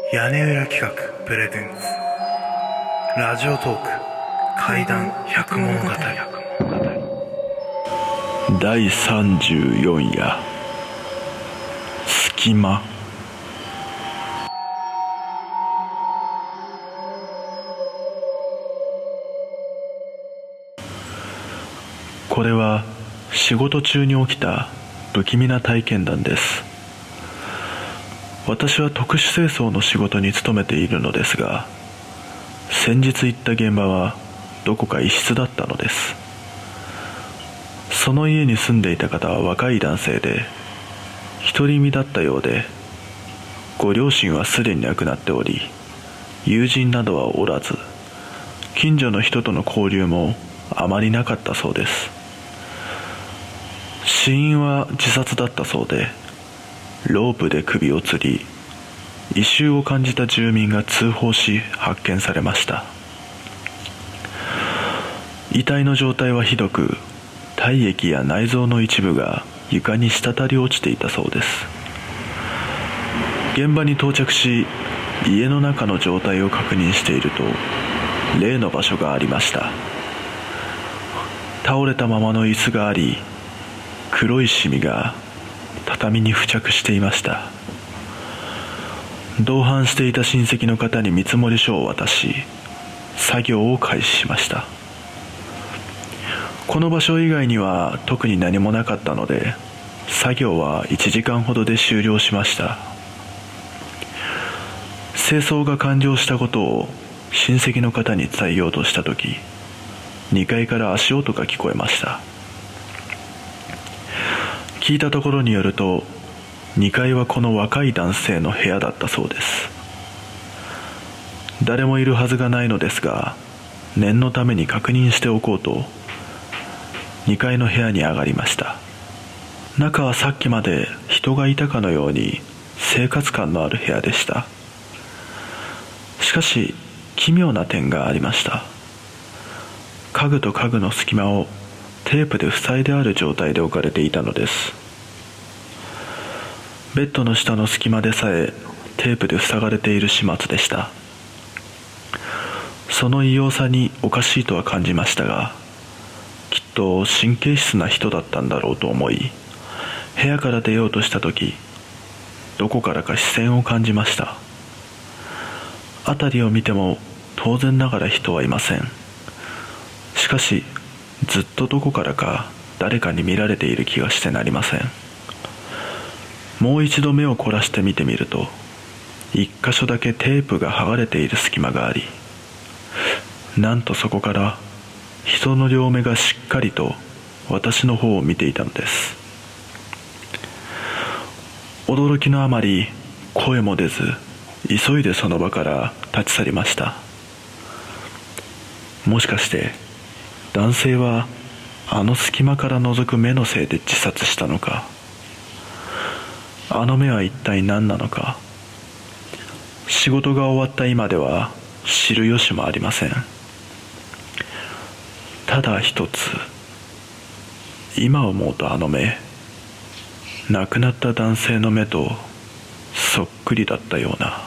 屋根裏企画プレゼンツラジオトーク怪談百物語第34夜隙間。これは仕事中に起きた不気味な体験談です。私は特殊清掃の仕事に勤めているのですが、先日行った現場はどこか異質だったのです。その家に住んでいた方は若い男性で、独り身だったようで、ご両親はすでに亡くなっており、友人などはおらず、近所の人との交流もあまりなかったそうです。死因は自殺だったそうで、ロープで首を吊り、異臭を感じた住民が通報し発見されました。遺体の状態はひどく、体液や内臓の一部が床に滴り落ちていたそうです。現場に到着し、家の中の状態を確認していると、例の場所がありました。倒れたままの椅子があり、黒いシミが畳に付着していました。同伴していた親戚の方に見積書を渡し、作業を開始しました。この場所以外には特に何もなかったので、作業は1時間ほどで終了しました。清掃が完了したことを親戚の方に伝えようとしたとき、2階から足音が聞こえました。聞いたところによると、2階はこの若い男性の部屋だったそうです。誰もいるはずがないのですが、念のために確認しておこうと2階の部屋に上がりました。中はさっきまで人がいたかのように生活感のある部屋でした。しかし奇妙な点がありました。家具と家具の隙間をテープで塞いである状態で置かれていたのです。ベッドの下の隙間でさえテープで塞がれている始末でした。その異様さにおかしいとは感じましたが、きっと神経質な人だったんだろうと思い、部屋から出ようとした時、どこからか視線を感じました。辺りを見ても当然ながら人はいません。しかしずっとどこからか誰かに見られている気がしてなりません。もう一度目を凝らして見てみると、一箇所だけテープが剥がれている隙間があり、なんとそこから人の両目がしっかりと私の方を見ていたのです。驚きのあまり声も出ず、急いでその場から立ち去りました。もしかして男性はあの隙間から覗く目のせいで自殺したのか。あの目は一体何なのか。仕事が終わった今では知る由もありません。ただ一つ、今思うとあの目、亡くなった男性の目とそっくりだったような。